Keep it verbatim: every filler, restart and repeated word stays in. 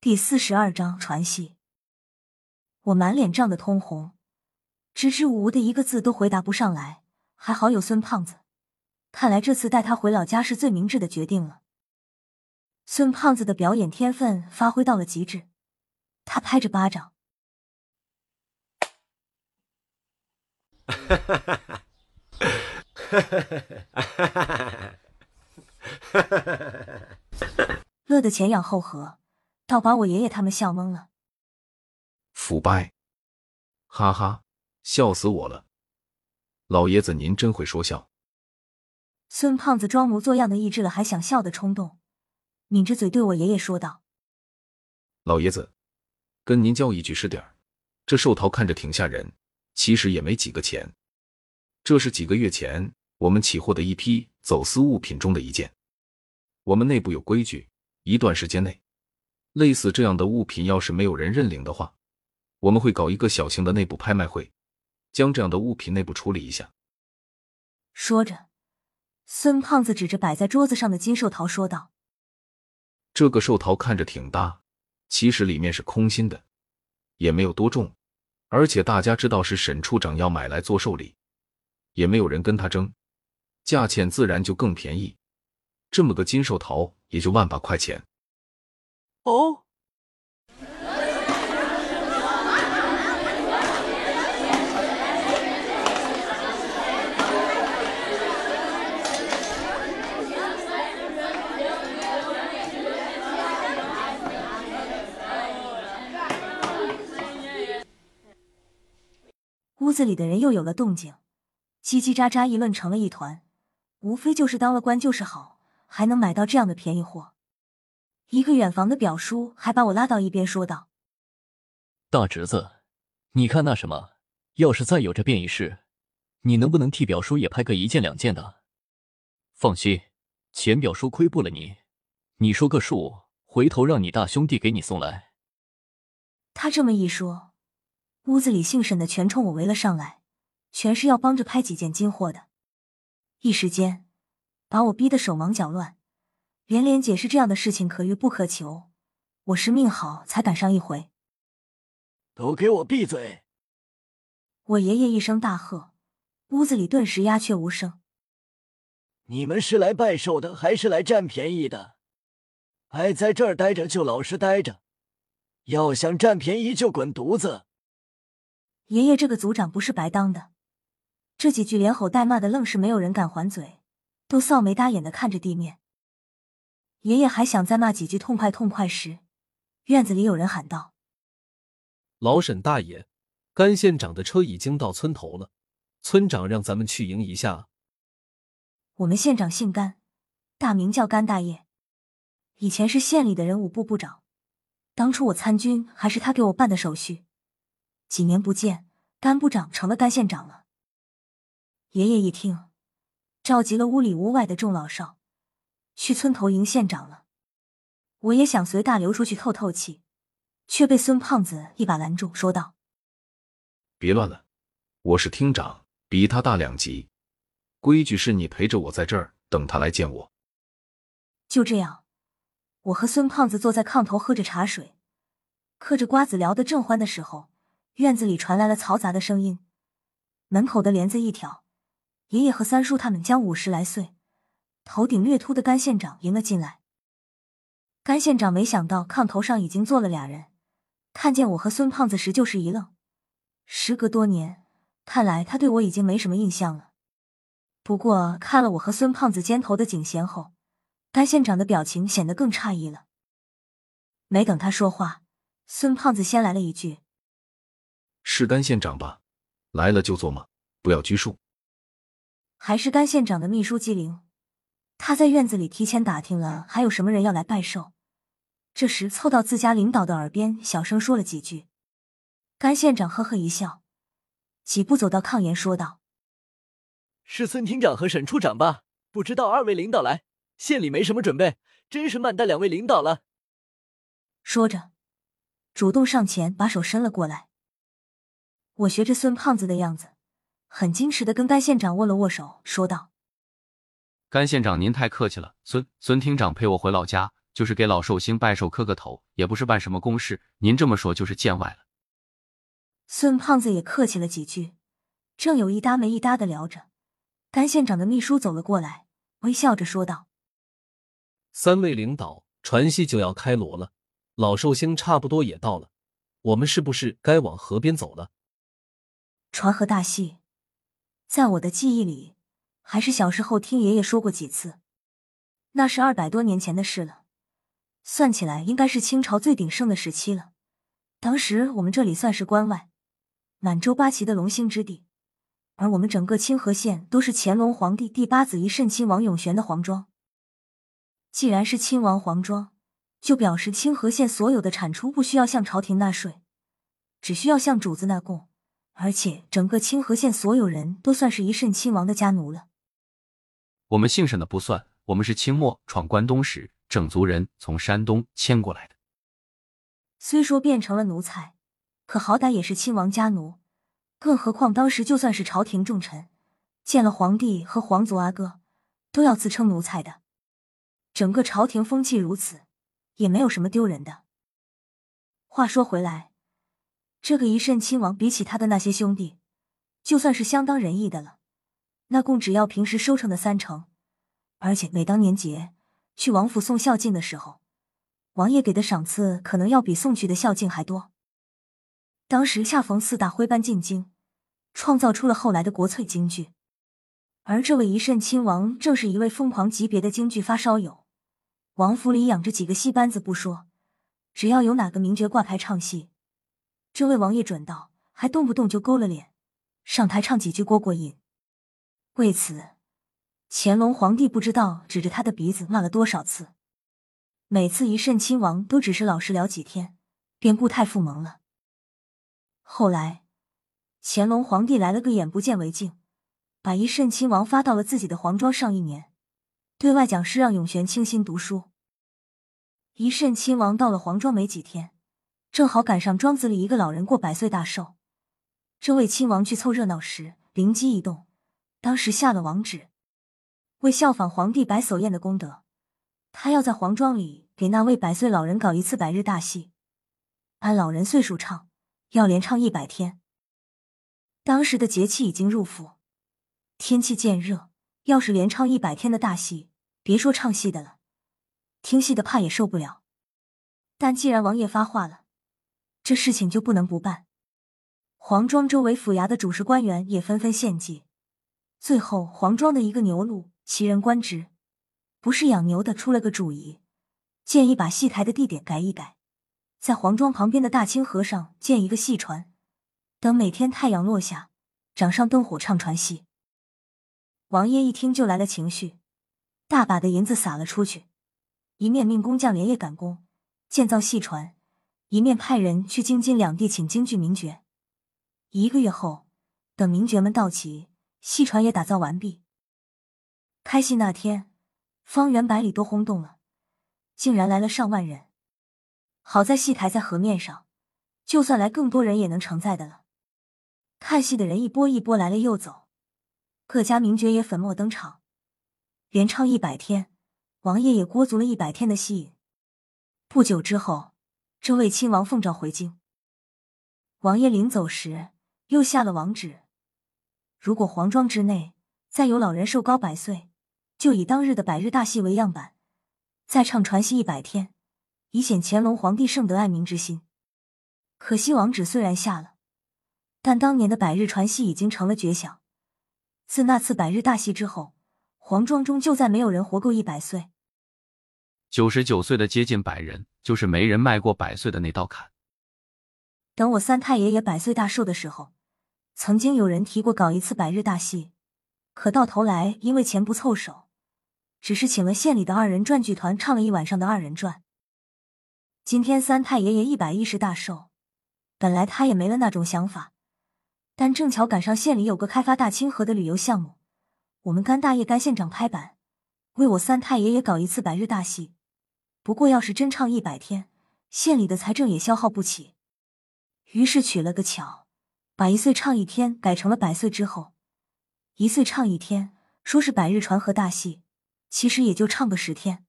第四十二章传戏。我满脸涨得通红，支支吾吾的一个字都回答不上来，还好有孙胖子，看来这次带他回老家是最明智的决定了。孙胖子的表演天分发挥到了极致，他拍着巴掌。乐得前仰后合，倒把我爷爷他们笑懵了。 腐败！哈哈，笑死我了！老爷子您真会说笑。 孙胖子装模作样的抑制了还想笑的冲动，抿着嘴对我爷爷说道： 老爷子，跟您教一句是点儿，这寿桃看着挺吓人，其实也没几个钱。这是几个月前我们起获的一批走私物品中的一件。我们内部有规矩，一段时间内，类似这样的物品要是没有人认领的话，我们会搞一个小型的内部拍卖会，将这样的物品内部处理一下。 说着，孙胖子指着摆在桌子上的金寿桃说道： 这个寿桃看着挺大，其实里面是空心的，也没有多重，而且大家知道是沈处长要买来做寿礼，也没有人跟他争，价钱自然就更便宜。这么个金寿桃也就万把块钱。 哦， 屋子里的人又有了动静，叽叽喳喳议论成了一团，无非就是当了官就是好，还能买到这样的便宜货。一个远房的表叔还把我拉到一边说道： 大侄子，你看那什么，要是再有这便宜事，你能不能替表叔也拍个一件两件的？放心，钱表叔亏不了你，你说个数，回头让你大兄弟给你送来。 他这么一说，屋子里姓沈的全冲我围了上来，全是要帮着拍几件金货的。一时间把我逼得手忙脚乱，连连解释这样的事情可遇不可求，我是命好才赶上一回。 都给我闭嘴！ 我爷爷一声大喝，屋子里顿时鸦雀无声。 你们是来拜寿的还是来占便宜的？爱在这儿待着就老实待着，要想占便宜就滚犊子！ 爷爷这个族长不是白当的，这几句连吼带骂的愣是没有人敢还嘴，都臊眉搭眼的看着地面。爷爷还想再骂几句痛快痛快时，院子里有人喊道： 老沈大爷，甘县长的车已经到村头了，村长让咱们去迎一下。 我们县长姓甘，大名叫甘大业，以前是县里的人武部部长，当初我参军还是他给我办的手续，几年不见，甘部长成了甘县长了。爷爷一听，召集了屋里屋外的众老少，去村头迎县长了。我也想随大流出去透透气，却被孙胖子一把拦住，说道： 别乱了，我是厅长，比他大两级，规矩是你陪着我在这儿等他来见我。 就这样，我和孙胖子坐在炕头喝着茶水，嗑着瓜子聊得正欢的时候，院子里传来了嘈杂的声音。门口的帘子一挑，爷爷和三叔他们将五十来岁、头顶略秃的甘县长迎了进来。甘县长没想到炕头上已经坐了俩人，看见我和孙胖子时就是一愣。时隔多年，看来他对我已经没什么印象了。不过看了我和孙胖子肩头的颈衔后，甘县长的表情显得更诧异了。没等他说话，孙胖子先来了一句： 是甘县长吧？来了就坐嘛，不要拘束。 还是甘县长的秘书机灵，他在院子里提前打听了还有什么人要来拜寿，这时凑到自家领导的耳边小声说了几句。甘县长呵呵一笑，几步走到炕沿说道： 是孙厅长和沈处长吧？不知道二位领导来，县里没什么准备，真是慢待两位领导了。 说着主动上前把手伸了过来。我学着孙胖子的样子，很矜持地跟甘县长握了握手，说道： 甘县长您太客气了，孙孙厅长陪我回老家， 就是给老寿星拜寿磕个头，也不是办什么公事，您这么说就是见外了。 孙胖子也客气了几句，正有一搭没一搭的聊着，甘县长的秘书走了过来，微笑着说道： 三位领导，船戏就要开锣了，老寿星差不多也到了，我们是不是该往河边走了？ 船河大戏，在我的记忆里，还是小时候听爷爷说过几次，那是二百多年前的事了，算起来应该是清朝最鼎盛的时期了。当时我们这里算是关外，满洲八旗的龙兴之地，而我们整个清河县都是乾隆皇帝第八子一慎亲王永璇的皇庄。既然是亲王皇庄，就表示清河县所有的产出不需要向朝廷纳税，只需要向主子纳贡，而且整个清河县所有人都算是一慎亲王的家奴了。 我们姓沈的不算，我们是清末闯关东时整族人从山东迁过来的。 虽说变成了奴才，可好歹也是亲王家奴，更何况当时就算是朝廷重臣，见了皇帝和皇族阿哥，都要自称奴才的。整个朝廷风气如此，也没有什么丢人的。话说回来，这个一慎亲王比起他的那些兄弟，就算是相当仁义的了。那贡只要平时收成的三成，而且每当年节去王府送孝敬的时候，王爷给的赏赐可能要比送去的孝敬还多。当时恰逢四大徽班进京，创造出了后来的国粹京剧。而这位一慎亲王正是一位疯狂级别的京剧发烧友，王府里养着几个戏班子不说，只要有哪个名角挂牌唱戏，这位王爷准到，还动不动就勾了脸，上台唱几句过过瘾。为此，乾隆皇帝不知道指着他的鼻子骂了多少次。每次一慎亲王都只是老实聊几天，便故态复萌了。后来，乾隆皇帝来了个眼不见为净，把一慎亲王发到了自己的皇庄上一年，对外讲是让永璇清心读书。一慎亲王到了皇庄没几天，正好赶上庄子里一个老人过百岁大寿。这位亲王去凑热闹时，灵机一动，当时下了王旨，为效仿皇帝百叟宴的功德，他要在皇庄里给那位百岁老人搞一次百日大戏，按老人岁数唱，要连唱一百天。当时的节气已经入伏，天气渐热，要是连唱一百天的大戏，别说唱戏的了，听戏的怕也受不了。但既然王爷发话了，这事情就不能不办。皇庄周围府衙的主事官员也纷纷献计，最后皇庄的一个牛录其人官职，不是养牛的出了个主意，建议把戏台的地点改一改，在皇庄旁边的大清河上建一个戏船，等每天太阳落下，掌上灯火唱船戏。王爷一听就来了情绪，大把的银子撒了出去，一面命工匠连夜赶工建造戏船，一面派人去京津两地请京剧名角。一个月后，等名角们到齐，戏船也打造完毕。开戏那天，方圆百里都轰动了，竟然来了上万人。好在戏台在河面上，就算来更多人也能承载的了。看戏的人一波一波来了又走，各家名角也粉墨登场，连唱一百天，王爷也郭足了一百天的戏瘾。不久之后，这位亲王奉诏回京。王爷临走时又下了王旨，如果皇庄之内再有老人寿高百岁，就以当日的百日大戏为样板，再唱传戏一百天，以显乾隆皇帝圣德爱民之心。可惜王旨虽然下了，但当年的百日传戏已经成了绝响。自那次百日大戏之后，皇庄中就再没有人活够一百岁。 九十九岁的接近百人，就是没人迈过百岁的那道坎。 等我三太爷爷百岁大寿的时候，曾经有人提过搞一次百日大戏，可到头来因为钱不凑手，只是请了县里的二人转剧团唱了一晚上的二人转。今天三太爷爷一百一十大寿，本来他也没了那种想法，但正巧赶上县里有个开发大清河的旅游项目，我们甘大爷甘县长拍板，为我三太爷爷搞一次百日大戏。不过要是真唱一百天，县里的财政也消耗不起。于是取了个巧，把一岁唱一天改成了百岁之后，一岁唱一天，说是百日传河大戏，其实也就唱个十天。